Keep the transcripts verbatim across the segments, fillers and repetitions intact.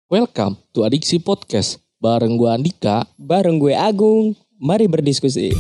Welcome to Adiksi Podcast. Bareng gue Andika. Bareng gue Agung. Mari berdiskusi.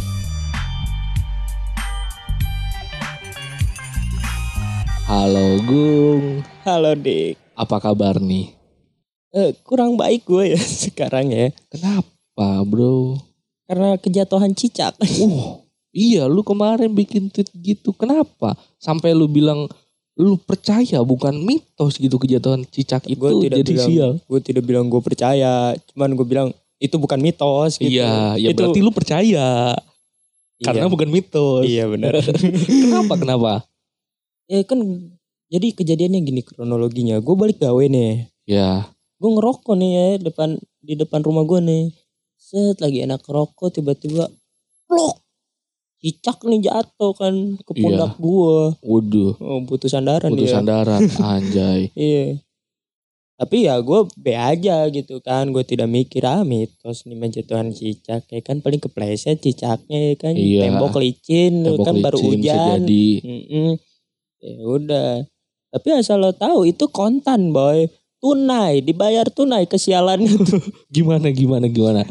Halo Gung. Halo Dik. Apa kabar nih? Eh, kurang baik gue ya sekarang ya. Kenapa bro? Karena kejatuhan cicak. Uh, iya lu kemarin bikin tweet gitu. Kenapa? Sampai lu bilang lu percaya bukan mitos gitu kejatuhan cicak itu Gue tidak jadi bilang, sial. gue tidak bilang gue percaya. Cuman gue bilang itu bukan mitos gitu. Iya, ya itu, berarti lu percaya. Karena iya. bukan mitos. Iya benar. Kenapa? Kenapa? Ya kan jadi kejadiannya gini kronologinya. Gue balik gawe nih. Ya. Gue ngerokok nih ya depan di depan rumah gue nih. Set lagi enak rokok tiba-tiba plok. Cicak nih jatuh kan ke pundak Iya. gue. Waduh. Oh, putus sandaran Putus dia. sandaran. Anjay. Iya. Tapi ya gue be aja gitu kan. Gue tidak mikir ah mitos nih menjatuhan cicak. Ya kan paling kepleset cicaknya ya kan. Iya. Tembok licin Tembok kan baru licin bisa hujan. jadi. Mm-mm. Ya udah. Tapi asal lo tahu itu kontan boy. Tunai. Dibayar tunai kesialannya tuh. Gimana gimana gimana?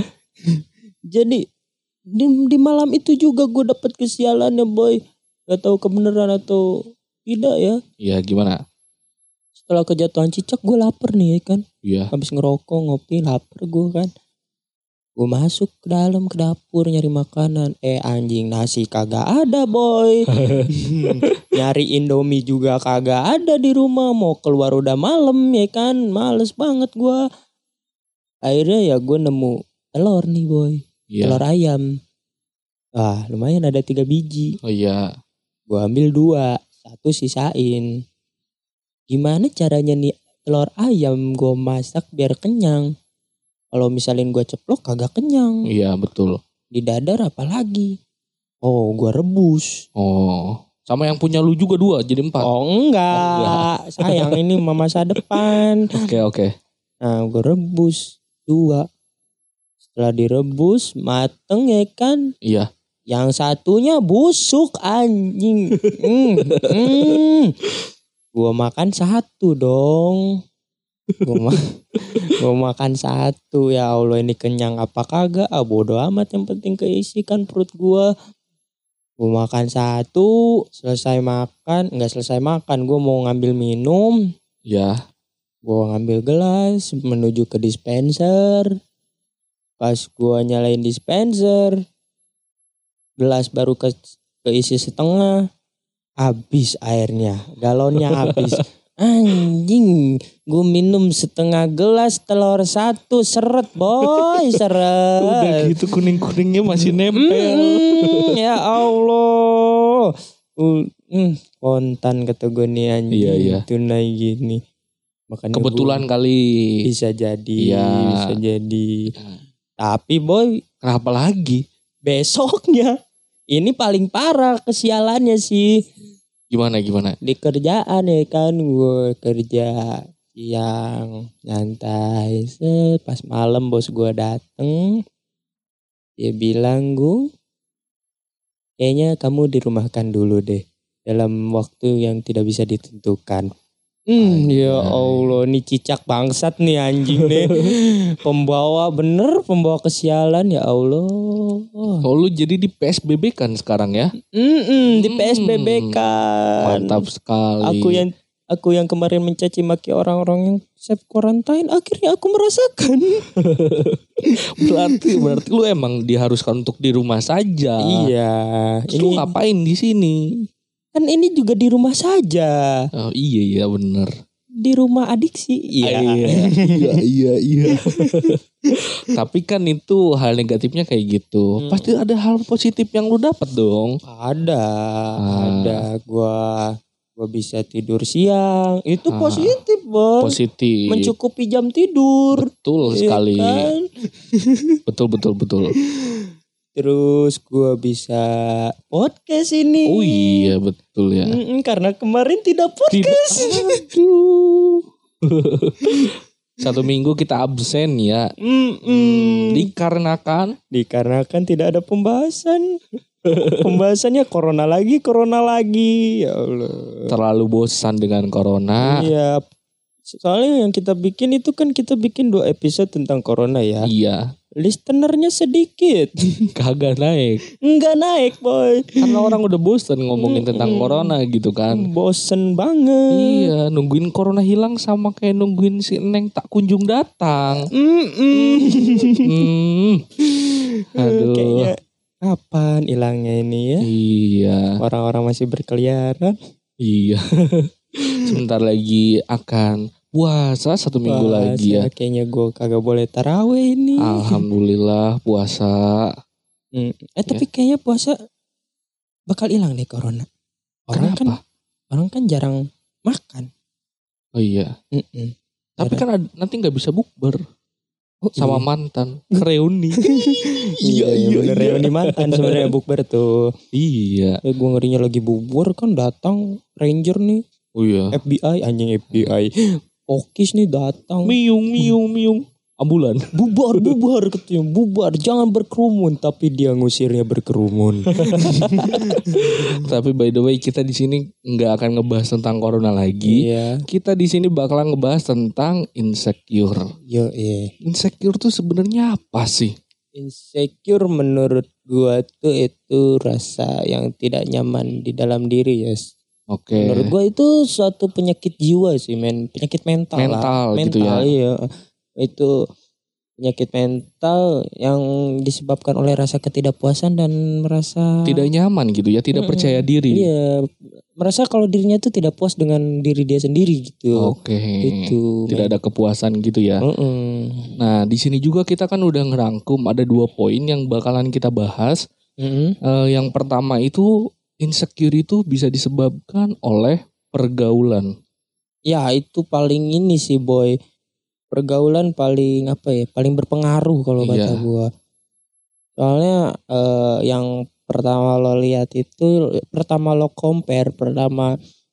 Jadi di, di malam itu juga gue dapet kesialannya boy. Gak tahu kebenaran atau tidak ya. Iya gimana? Setelah kejatuhan cicak gue lapar nih ya kan. Iya. Habis ngerokok ngopi lapar gue kan. Gue masuk ke dalam ke dapur nyari makanan. Eh anjing nasi kagak ada boy. Nyari Indomie juga kagak ada di rumah. Mau keluar udah malam ya kan. Males banget gue. Akhirnya ya gue nemu telur nih boy. Iya. Telur ayam. Wah lumayan ada tiga biji. Oh iya. Gue ambil dua. Satu sisain. Gimana caranya nih telur ayam gue masak biar kenyang. Kalau misalin gue ceplok kagak kenyang. Iya betul. Di dadar apalagi. Oh gue rebus. Oh. Sama yang punya lu juga dua jadi empat. Oh enggak. Sayang ini masa depan. Oke oke. Nah gue rebus dua. Setelah direbus mateng ya kan. Iya. Yang satunya busuk anjing. mm, mm. Gue makan satu dong. Gue ma- gua makan satu. Ya Allah ini kenyang apa kagak. Ah bodo amat yang penting keisikan perut gue. Gue makan satu. Selesai makan. Enggak selesai makan. Gue mau ngambil minum. Iya. Gue ngambil gelas. Menuju ke dispenser. Pas gue nyalain dispenser. Gelas baru ke keisi setengah. Habis airnya. Galonnya habis. Anjing. Gue minum setengah gelas telur satu. Seret boy. Seret. Udah gitu kuning-kuningnya masih nempel. Mm, ya Allah. Uh, mm, kontan kata gue nih anjing. Iya, iya. Tunai gini. Makanya Kebetulan gua kali. bisa jadi. Iya. Bisa jadi. Tapi boy. Kenapa lagi? Besoknya. Ini paling parah kesialannya sih. Gimana gimana? Di kerjaan ya kan. Gue kerja siang. Nyantai. Set, pas malam bos gue dateng. Dia bilang gue. Kayaknya kamu dirumahkan dulu deh. Dalam waktu yang tidak bisa ditentukan. Hmm, ya Allah, nih cicak bangsat nih anjing nih. Pembawa bener, pembawa kesialan ya Allah. Oh lu jadi di P S B B kan sekarang ya? Mm-mm, di P S B B kan. Mantap sekali. Aku yang aku yang kemarin mencaci maki orang-orang yang self quarantine, akhirnya aku merasakan. berarti berarti lu emang diharuskan untuk di rumah saja. Iya. Terus lu ngapain di sini? Kan ini juga di rumah saja. Oh iya iya bener. Di rumah adiksi. Iya. iya iya iya. Tapi kan itu hal negatifnya kayak gitu. Hmm. Pasti ada hal positif yang lu dapat dong. Ada, Ah. ada. Gua gua bisa tidur siang. Itu Ah. positif, Bang. Positif. Mencukupi jam tidur. Betul Iya sekali. kan? Betul betul betul. Terus gua bisa podcast ini. Oh iya betul ya. Mm-mm, karena kemarin tidak podcast. Aduh. Satu minggu kita absen ya. Mm-mm. Dikarenakan Dikarenakan tidak ada pembahasan. Pembahasannya corona lagi, corona lagi. Ya Allah. terlalu bosan dengan corona. Iya. Soalnya yang kita bikin itu kan kita bikin dua episode tentang corona ya. Iya. Listenernya sedikit. Kagak naik. Enggak naik boy. Karena orang udah bosen ngomongin tentang corona gitu kan. Bosen banget. Iya, nungguin corona hilang sama kayak nungguin si Neng tak kunjung datang. Mm-mm. Hmm. Aduh. Kayaknya kapan hilangnya ini ya? Iya. Orang-orang masih berkeliaran. Iya. Sebentar lagi akan puasa satu minggu Puasa, lagi ya. Kayaknya gue kagak boleh taraweh ini. Alhamdulillah puasa. Hmm. Eh tapi ya. Kayaknya puasa bakal hilang deh corona. Orang Kenapa? kan orang kan jarang makan. Oh iya. Mm-mm. Tapi kan ada, nanti nggak bisa bukber oh, sama iya. mantan reuni. Iya iya bener reuni mantan sebenarnya bukber tuh. Iya. Eh, gue ngerinya lagi bubur kan datang ranger nih. Oh iya. F B I anjing F B I. Pokis nih datang. Miung miung miung. Ambulan. Bubar bubar katanya bubar jangan berkerumun tapi dia ngusirnya berkerumun. Tapi by the way kita di sini nggak akan ngebahas tentang corona lagi. Iya. Kita di sini bakalan ngebahas tentang insecure. Yo iya. Insecure tuh sebenarnya apa sih? Insecure menurut gua tuh itu rasa yang tidak nyaman di dalam diri ya. Yes. Oke. Menurut gua itu suatu penyakit jiwa sih men, penyakit mental, mental lah. gitu mental, ya. Iya. Itu penyakit mental yang disebabkan oleh rasa ketidakpuasan dan merasa tidak nyaman gitu ya, tidak mm, percaya diri. Iya, merasa kalau dirinya tuh tidak puas dengan diri dia sendiri gitu. Oke. Itu tidak men. Ada kepuasan gitu ya. Mm-mm. Nah, di sini juga kita kan udah ngerangkum ada dua poin yang bakalan kita bahas. Mm-hmm. Uh, yang pertama itu insecure itu bisa disebabkan oleh pergaulan. Ya, itu paling ini sih boy. Pergaulan paling apa ya? Paling berpengaruh kalau kata iya. gua. Soalnya uh, yang pertama lo lihat itu, pertama lo compare, pertama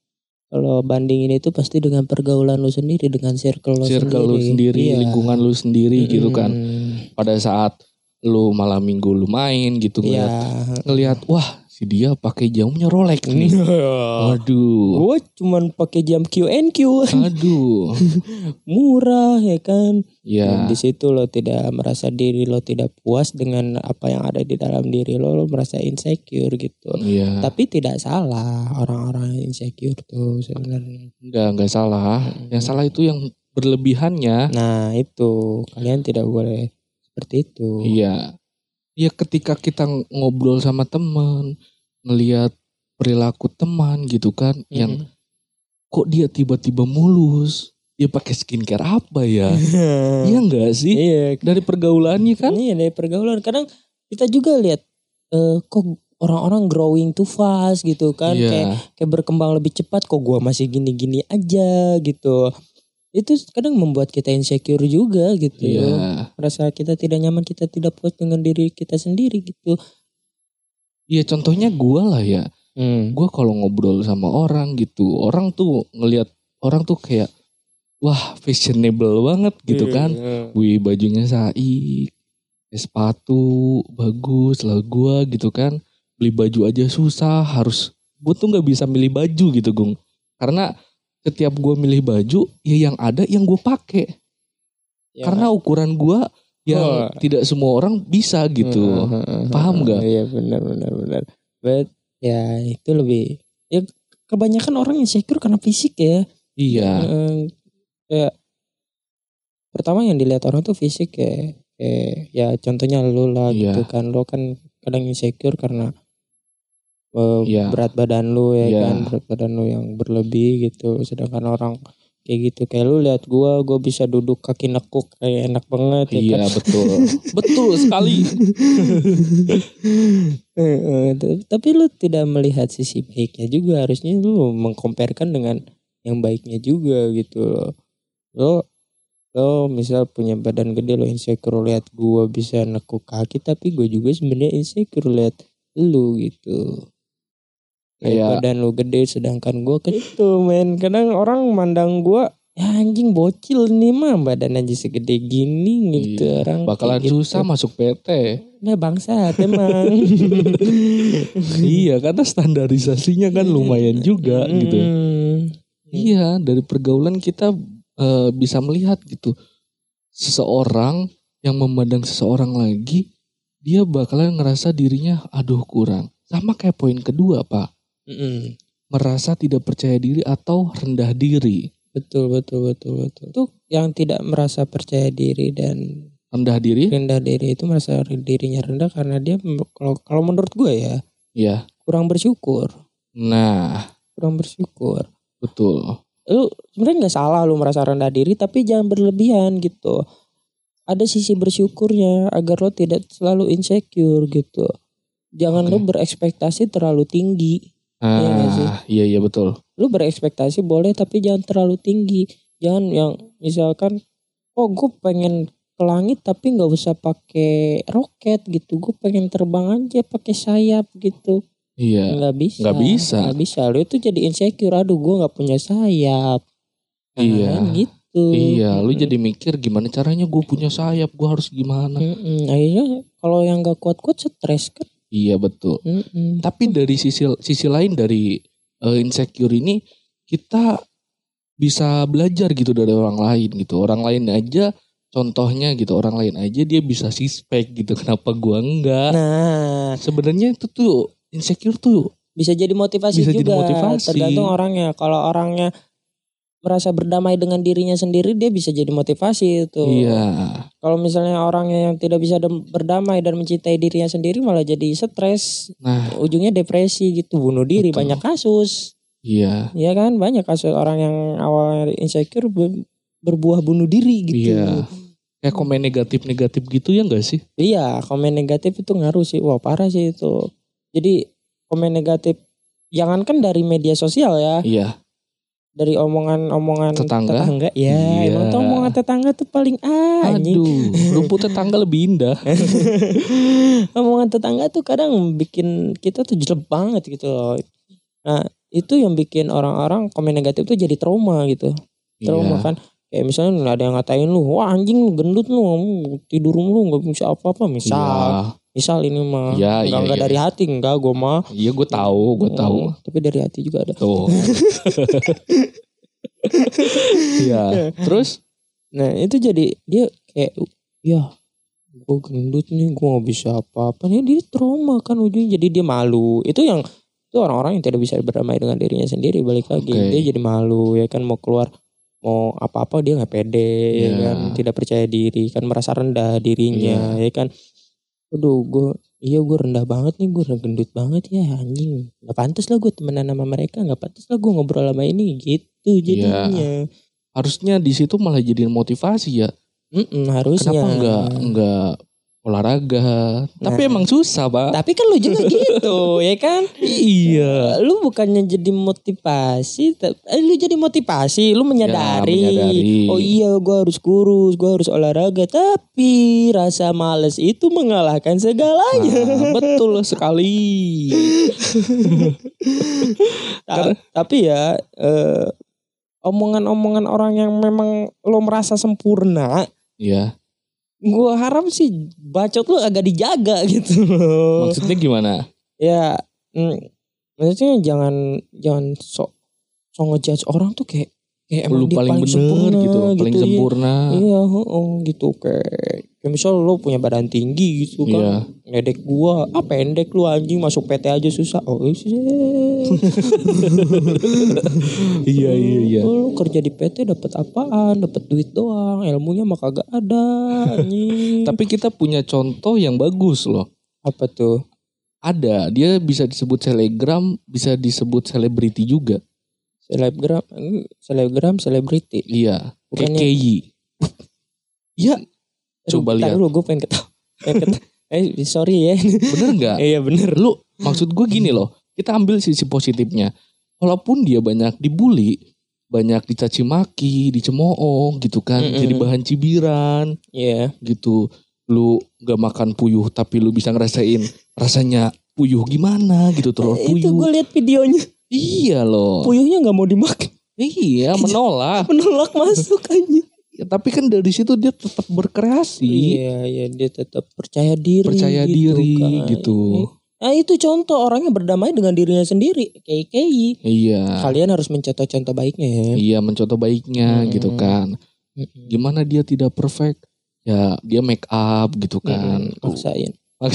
lo bandingin itu pasti dengan pergaulan lo sendiri, dengan circle lo circle sendiri. lo sendiri, iya. Lingkungan lo sendiri hmm. gitu kan. Pada saat lo malam minggu lo main gitu ngeliat, iya. ngeliat wah si dia pakai jamnya Rolex nih. Waduh. Gue cuman pakai jam Q and Q. Aduh. Murah ya kan. Ya. Di situ lo tidak merasa diri lo tidak puas dengan apa yang ada di dalam diri lo, lo merasa insecure gitu. Ya. Tapi tidak salah orang-orang insecure tuh sebenarnya. Enggak, enggak salah. Hmm. Yang salah itu yang berlebihannya. Nah, itu kalian tidak boleh seperti itu. Iya. Ya ketika kita ngobrol sama teman, ngelihat perilaku teman gitu kan, mm-hmm. yang kok dia tiba-tiba mulus, dia pakai skincare apa ya? Iya enggak sih? Iya. Dari pergaulannya kan? Iya dari pergaulan. Kadang kita juga lihat uh, kok orang-orang growing too fast gitu kan, yeah. kayak kayak berkembang lebih cepat, kok gua masih gini-gini aja gitu. Itu kadang membuat kita insecure juga gitu. Iya. Merasa kita tidak nyaman, kita tidak puas dengan diri kita sendiri gitu. Iya, contohnya gue lah ya. Hmm. Gue kalau ngobrol sama orang gitu, orang tuh ngelihat orang tuh kayak wah fashionable banget gitu kan. Hmm. Wih bajunya saik, sepatu bagus lah gue gitu kan. Beli baju aja susah, harus gue tuh nggak bisa milih baju gitu Gung. Karena setiap gue milih baju, ya yang ada yang gue pakai. Ya. Karena ukuran gue yang oh. tidak semua orang bisa gitu. Uh, uh, uh, Paham gak? Iya benar benar benar. But ya itu lebih, ya kebanyakan orang insecure karena fisik ya. Iya. Uh, kayak pertama yang dilihat orang tuh fisik ya. Kayak, ya contohnya lu lah iya. gitu kan. Lu kan kadang insecure karena Uh, yeah. berat badan lu ya yeah. kan, berat badan lu yang berlebih gitu, sedangkan orang kayak gitu kayak lu lihat gua gua bisa duduk kaki nekuk kayak enak banget ya iya, kan? Betul betul sekali. Tapi lu tidak melihat sisi baiknya juga, harusnya lu mengkomparkan dengan yang baiknya juga gitu loh. Lo lo misal punya badan gede, lo insecure lihat gua bisa nekuk kaki, tapi gua juga sebenarnya insecure lihat lu gitu. Kayak badan lu gede sedangkan gue kecil men. Kadang orang mandang gue ya anjing bocil nih mah, badan aja segede gini gitu. Iya, orang bakalan gitu. Susah masuk P T. Nah bangsa emang. Iya karena standarisasinya kan lumayan juga gitu. Hmm. Iya dari pergaulan kita uh, bisa melihat gitu. Seseorang yang memandang seseorang lagi, dia bakalan ngerasa dirinya aduh kurang. Sama kayak poin kedua, Pak. Mm-mm. Merasa tidak percaya diri atau rendah diri. Betul, betul, betul, betul. Itu yang tidak merasa percaya diri dan rendah diri. Rendah diri itu merasa dirinya rendah karena dia kalau kalau menurut gue ya, ya kurang bersyukur. Nah, kurang bersyukur. Betul. Lu sebenarnya nggak salah lu merasa rendah diri, tapi jangan berlebihan gitu. Ada sisi bersyukurnya agar lo tidak selalu insecure gitu. Jangan okay. Lo berekspektasi terlalu tinggi. Ah, iya gak sih? Iya iya betul. Lu berekspektasi boleh tapi jangan terlalu tinggi. Jangan yang misalkan, oh gue pengen ke langit tapi nggak usah pakai roket gitu. Gue pengen terbang aja pakai sayap gitu. Iya. Nggak bisa. Nggak bisa. Nggak bisa. Lu itu jadi insecure. Aduh gue nggak punya sayap. Nah, iya. Gitu. Iya, lu jadi mikir gimana caranya gue punya sayap, gue harus gimana. Mm-mm. Akhirnya kalau yang gak kuat-kuat stres kan. Iya betul. Mm-mm. Tapi dari sisi sisi lain dari uh, insecure ini, kita bisa belajar gitu dari orang lain gitu. Orang lain aja, contohnya gitu, orang lain aja dia bisa suspek gitu. Kenapa gue enggak? Nah, sebenarnya itu tuh insecure tuh bisa jadi motivasi bisa juga. Jadi motivasi. Tergantung orangnya. Kalau orangnya merasa berdamai dengan dirinya sendiri, dia bisa jadi motivasi itu. Iya. Kalau misalnya orangnya yang tidak bisa berdamai dan mencintai dirinya sendiri malah jadi stres. Nah, ujungnya depresi gitu, bunuh diri. Betul. Banyak kasus. Iya. Iya kan, banyak kasus orang yang awalnya insecure berbuah bunuh diri gitu. Iya. Kayak komen negatif-negatif gitu ya enggak sih? Iya, komen negatif itu ngaruh sih. Wah, parah sih itu. Jadi komen negatif jangankan dari media sosial ya. Iya. Dari omongan-omongan tetangga, tetangga ya, iya. Emang tuh omongan tetangga tuh paling anjing. Aduh, rumput tetangga lebih indah. Omongan tetangga tuh kadang bikin kita tuh jelek banget gitu loh. Nah, itu yang bikin orang-orang komen negatif tuh jadi trauma gitu. Trauma iya. Kan. Kayak misalnya ada yang ngatain lu, wah anjing lu gendut lu, tidur lu gak bisa apa-apa. Misal, iya. Misal ini mah, iya, enggak, iya, enggak iya. dari hati, enggak gue mah. Iya gue tahu, gue tahu. Oh, tapi dari hati juga ada. Tuh. Iya. Terus? Nah itu jadi dia kayak, ya gue gendut nih, gue gak bisa apa-apa. Nih dia trauma kan ujungnya, jadi dia malu. Itu yang itu orang-orang yang tidak bisa berdamai dengan dirinya sendiri. Balik lagi, okay. Dia jadi malu ya kan, mau keluar mau apa-apa dia nggak pede, yeah. Ya kan, tidak percaya diri, kan merasa rendah dirinya, yeah. Ya kan. Aduh, gue, iya gue rendah banget nih, gue gendut banget ya anjing. Gak pantas lah gue temenan sama mereka, gak pantas lah gue ngobrol sama ini gitu jadinya. Yeah. Harusnya di situ malah jadi motivasi ya. Mm-mm, harusnya. Kenapa nggak nggak olahraga? Nah, tapi emang susah Pak. Tapi kan lu juga gitu, ya kan? Iya. Lu bukannya jadi motivasi, eh, lu jadi motivasi, lu menyadari. Ya, menyadari. Oh iya, gue harus kurus, gue harus olahraga. Tapi rasa malas itu mengalahkan segalanya. Nah, betul sekali. Ta- tapi ya, eh, omongan-omongan orang yang memang lo merasa sempurna. Iya. Gue harap sih bacot lu agak dijaga gitu. Maksudnya gimana? Ya, mm, maksudnya jangan jangan sok sok ngejudge orang tuh kayak kayak emang lu dia paling, paling bener sempurna gitu, gitu, paling sempurna. Iya, oh, gitu kayak kayak misal lu punya badan tinggi gitu kan. Iya. Ngedek gua, ah pendek lu anjing, masuk P T aja susah. Oh, iya iya iya. Lu kerja di P T dapat apaan? Dapat duit doang, ilmunya mah kagak ada anjing. Tapi kita punya contoh yang bagus loh. Apa tuh? Ada, dia bisa disebut selebgram, bisa disebut selebriti juga. Selebgram, selebgram, selebriti. Iya, K K Y. Iya. Coba lihat. Lu gue pengen ketawa. Eh sorry ya. Bener nggak? Iya bener. Lu maksud gue gini loh. Kita ambil sisi positifnya. Walaupun dia banyak dibully, banyak dicaci maki, dicemooh gitu kan, mm-hmm. Jadi bahan cibiran. Iya. Yeah. Gitu. Lu nggak makan puyuh tapi lu bisa ngerasain rasanya puyuh gimana gitu, telur puyuh. Itu gue lihat videonya. Iya loh. Puyuhnya nggak mau dimakan. Iya, menolak. Menolak masuk aja. Ya, tapi kan dari situ dia tetap berkreasi. Iya, iya dia tetap percaya diri. Percaya gitu, diri kan. gitu. Nah itu contoh orangnya berdamai dengan dirinya sendiri. K K I. Iya. Kalian harus mencontoh-contoh baiknya ya. Iya, mencontoh baiknya Hmm. gitu kan. Hmm. Gimana dia tidak perfect? Ya dia make up gitu kan. Hmm. Maksain.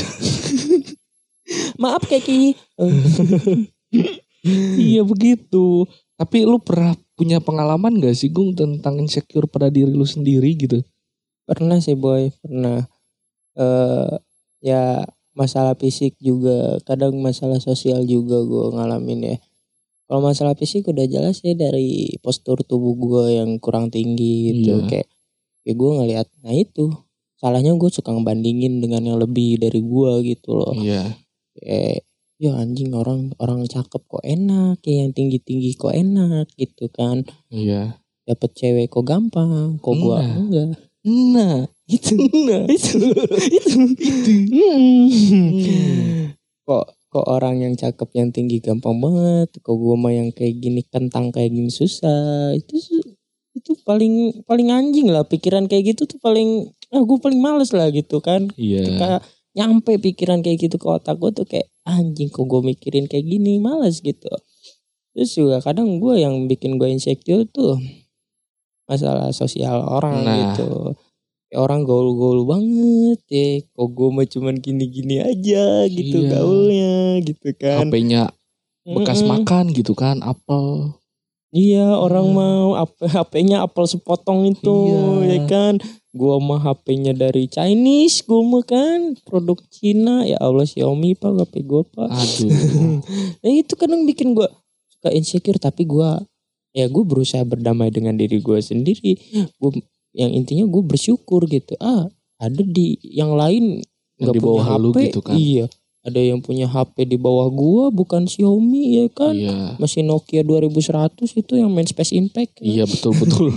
Maaf K K I. Iya begitu. Tapi lu pernah punya pengalaman gak sih Gung tentang insecure pada diri lu sendiri gitu? Pernah sih Boy, pernah. Uh, ya masalah fisik juga, kadang masalah sosial juga gue ngalamin ya. Kalau masalah fisik udah jelas ya dari postur tubuh gue yang kurang tinggi gitu. Iya. Kayak ya gue ngeliat, nah itu salahnya gue suka ngebandingin dengan yang lebih dari gue gitu loh. Iya. Kayak ya anjing orang orang cakep kok enak, kayak yang tinggi-tinggi kok enak gitu kan. Iya. Dapet cewek kok gampang, kok gue enggak. Nah, itu, nah, itu, itu, itu. Hmm. Kok, kok orang yang cakep yang tinggi gampang banget, kok gue mah yang kayak gini kentang kayak gini susah. Itu, itu paling, paling anjing lah pikiran kayak gitu tuh paling, ah gue paling males lah gitu kan. Iya. Ketika nyampe pikiran kayak gitu ke otak gue tuh kayak anjing kok gue mikirin kayak gini, males gitu. Terus juga kadang gue yang bikin gue insecure tuh masalah sosial orang nah. gitu. Ya, orang gaul-gaul banget ya. Kok gue mah cuman gini-gini aja gitu iya. gaulnya gitu kan. H P-nya bekas mm-mm. makan gitu kan, apel. Iya orang iya. mau H P-nya apel sepotong itu iya. ya kan. Gue mah H P-nya dari Chinese, gue mah kan produk Cina. Ya Allah Xiaomi pak H P gue pak. Aduh. Nah itu kadang bikin gue suka insecure tapi gue ya gue berusaha berdamai dengan diri gue sendiri. Gue yang intinya gue bersyukur gitu. Ah ada di yang lain nggak punya H P gitu kan. Iya ada yang punya H P di bawah gue bukan Xiaomi ya kan. Iya. Masih Nokia dua ribu seratus itu yang main Space Impact. Iya betul betul.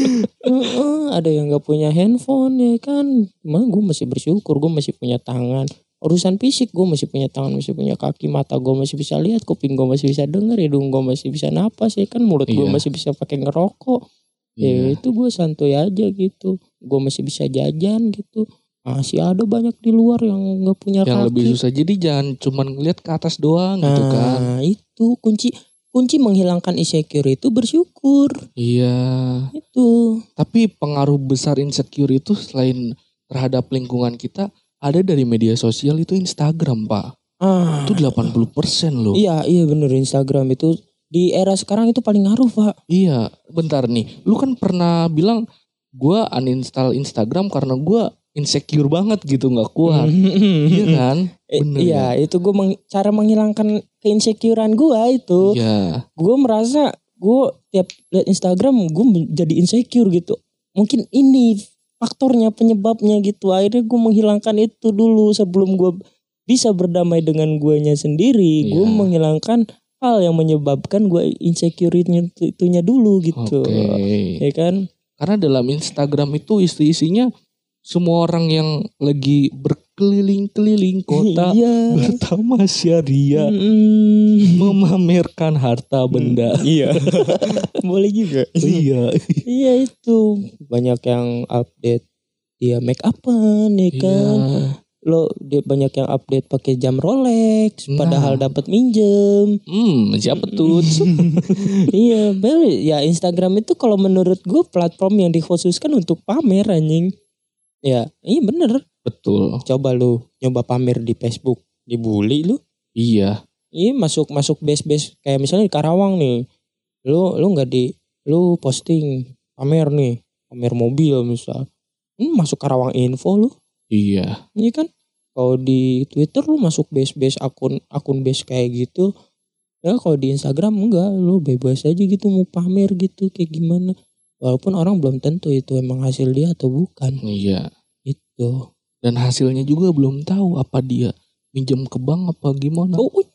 uh, ada yang nggak punya handphone ya kan. Emang gue masih bersyukur gue masih punya tangan. Urusan fisik gue masih punya tangan, masih punya kaki, mata gue masih bisa lihat, kuping gue masih bisa dengar, hidung gue masih bisa napas ya kan, mulut gue iya. masih bisa pakai ngerokok. Iya. Ya itu gue santuy aja gitu. Gue masih bisa jajan gitu. Masih ada banyak di luar yang nggak punya yang kaki. Yang lebih susah. Jadi jangan cuma ngeliat ke atas doang nah, gitu kan. Nah itu kunci kunci menghilangkan insecure itu bersyukur. Iya. Itu. Tapi pengaruh besar insecure itu selain terhadap lingkungan kita ada dari media sosial itu Instagram pak. Ah. Itu delapan puluh persen loh. Iya iya bener Instagram itu. Di era sekarang itu paling ngaruh pak. Iya bentar nih. Lu kan pernah bilang gue uninstall Instagram karena gue insecure banget gitu. Gak kuat. Iya kan. Bener iya ya? Itu gue meng, cara menghilangkan keinsecurean gue itu. Iya. Gue merasa gue tiap liat Instagram gue jadi insecure gitu. Mungkin ini faktornya penyebabnya gitu. Akhirnya gue menghilangkan itu dulu sebelum gue bisa berdamai dengan guanya sendiri. Iya. Gue menghilangkan hal yang menyebabkan gue insecure-nya itunya dulu gitu. Oke. Ya kan? Karena dalam Instagram itu isi-isinya semua orang yang lagi berkeliling-keliling kota iya. bertamasya ria mm. memamerkan harta benda. Mm, iya. Boleh juga. Iya. Iya itu. Banyak yang update dia make upan ya kan. Iya. Lo dia banyak yang update pakai jam Rolex nah. Padahal dapat minjem. Hmm, siapa tuh? Iya, bel ya Instagram itu kalau menurut gue platform yang dikhususkan untuk pamer anjing. Ya, iya bener. Betul. Coba lu nyoba pamer di Facebook, dibully lu. Iya. Iya masuk masuk base-base kayak misalnya di Karawang nih. Lu lu enggak di lu posting pamer nih, pamer mobil misal. Hmm, masuk Karawang Info lu. Iya. Iya kan? Kalau di Twitter lu masuk base-base akun akun base kayak gitu. Ya kalau di Instagram enggak, lu bebas aja gitu mau pamer gitu kayak gimana. Walaupun orang belum tentu itu emang hasil dia atau bukan. Iya. Itu. Dan hasilnya juga belum tahu apa dia minjem ke bank apa gimana. Oh, oh.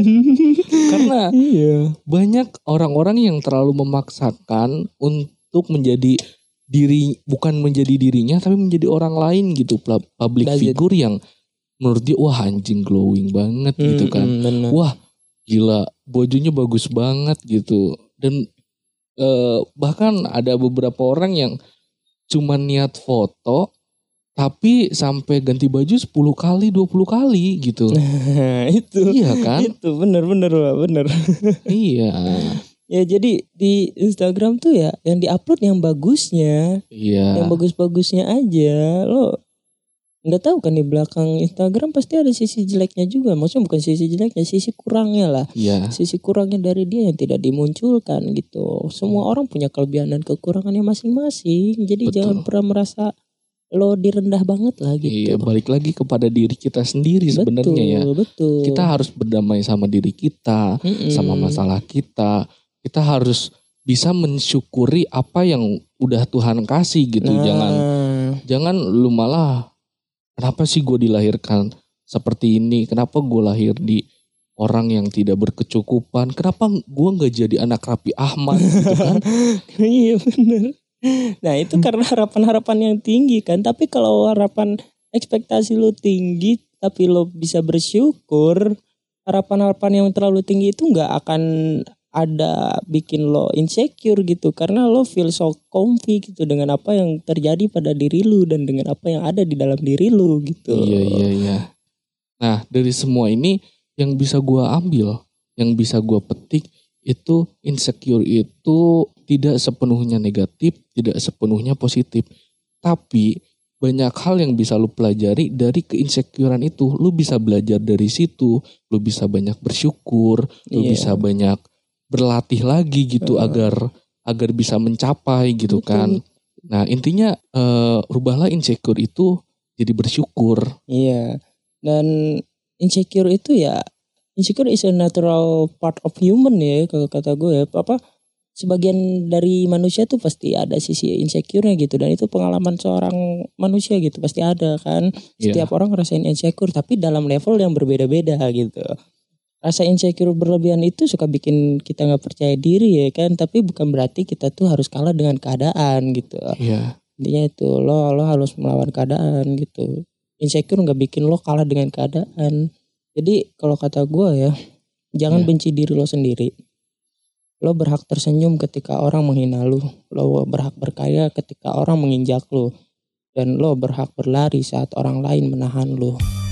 Karena iya. Banyak orang-orang yang terlalu memaksakan untuk menjadi diri, bukan menjadi dirinya tapi menjadi orang lain gitu. Public That's figure it. Yang menurut dia wah anjing glowing banget hmm, gitu kan. Hmm, wah gila bajunya bagus banget gitu. Dan Uh, bahkan ada beberapa orang yang cuma niat foto Tapi sampai ganti baju sepuluh kali, dua puluh kali gitu. Nah, itu. Iya kan? Itu bener-bener Pak, bener. Iya. Ya jadi di Instagram tuh ya yang diupload yang bagusnya. Iya. Yang bagus-bagusnya aja. Lo nggak tahu kan di belakang Instagram pasti ada sisi jeleknya juga. Maksudnya bukan sisi jeleknya, sisi kurangnya lah. Iya. Sisi kurangnya dari dia yang tidak dimunculkan gitu. Semua orang punya kelebihan dan kekurangannya masing-masing. Jadi Betul. Jangan pernah merasa lo direndah banget lah gitu. Iya, balik lagi kepada diri kita sendiri sebenarnya ya. Betul. Kita harus berdamai sama diri kita, Mm-mm. sama masalah kita. Kita harus bisa mensyukuri apa yang udah Tuhan kasih gitu. Nah. Jangan jangan lu malah kenapa sih gue dilahirkan seperti ini? Kenapa gue lahir di orang yang tidak berkecukupan? Kenapa gue nggak jadi anak Raffi Ahmad gitu kan? Iya benar. Nah itu karena harapan-harapan yang tinggi kan. Tapi kalau harapan ekspektasi lu tinggi tapi lo bisa bersyukur, harapan-harapan yang terlalu tinggi itu gak akan ada bikin lo insecure gitu. Karena lo feel so comfy gitu dengan apa yang terjadi pada diri lu dan dengan apa yang ada di dalam diri lu gitu. Iya iya iya. Nah dari semua ini yang bisa gue ambil, yang bisa gue petik, itu insecure itu tidak sepenuhnya negatif, tidak sepenuhnya positif. Tapi banyak hal yang bisa lu pelajari dari keinsecurean itu. Lu bisa belajar dari situ, lu bisa banyak bersyukur, lu yeah. bisa banyak berlatih lagi gitu uh. agar agar bisa mencapai gitu Betul. Kan. Nah, intinya uh, rubahlah insecure itu jadi bersyukur. Iya. Dan insecure itu ya insecure is a natural part of human ya kalau kata gue ya. Apa sebagian dari manusia tuh pasti ada sisi insecure-nya gitu dan itu pengalaman seorang manusia gitu pasti ada kan. Setiap yeah. orang ngerasain insecure tapi dalam level yang berbeda-beda gitu. Rasa insecure berlebihan itu suka bikin kita nggak percaya diri ya kan, tapi bukan berarti kita tuh harus kalah dengan keadaan gitu. Iya. Yeah. Intinya itu lo lo harus melawan keadaan gitu. Insecure nggak bikin lo kalah dengan keadaan. Jadi kalau kata gue ya, jangan yeah. benci diri lo sendiri. Lo berhak tersenyum ketika orang menghina lo. Lo berhak berkaya ketika orang menginjak lo. Dan lo berhak berlari saat orang lain menahan lo.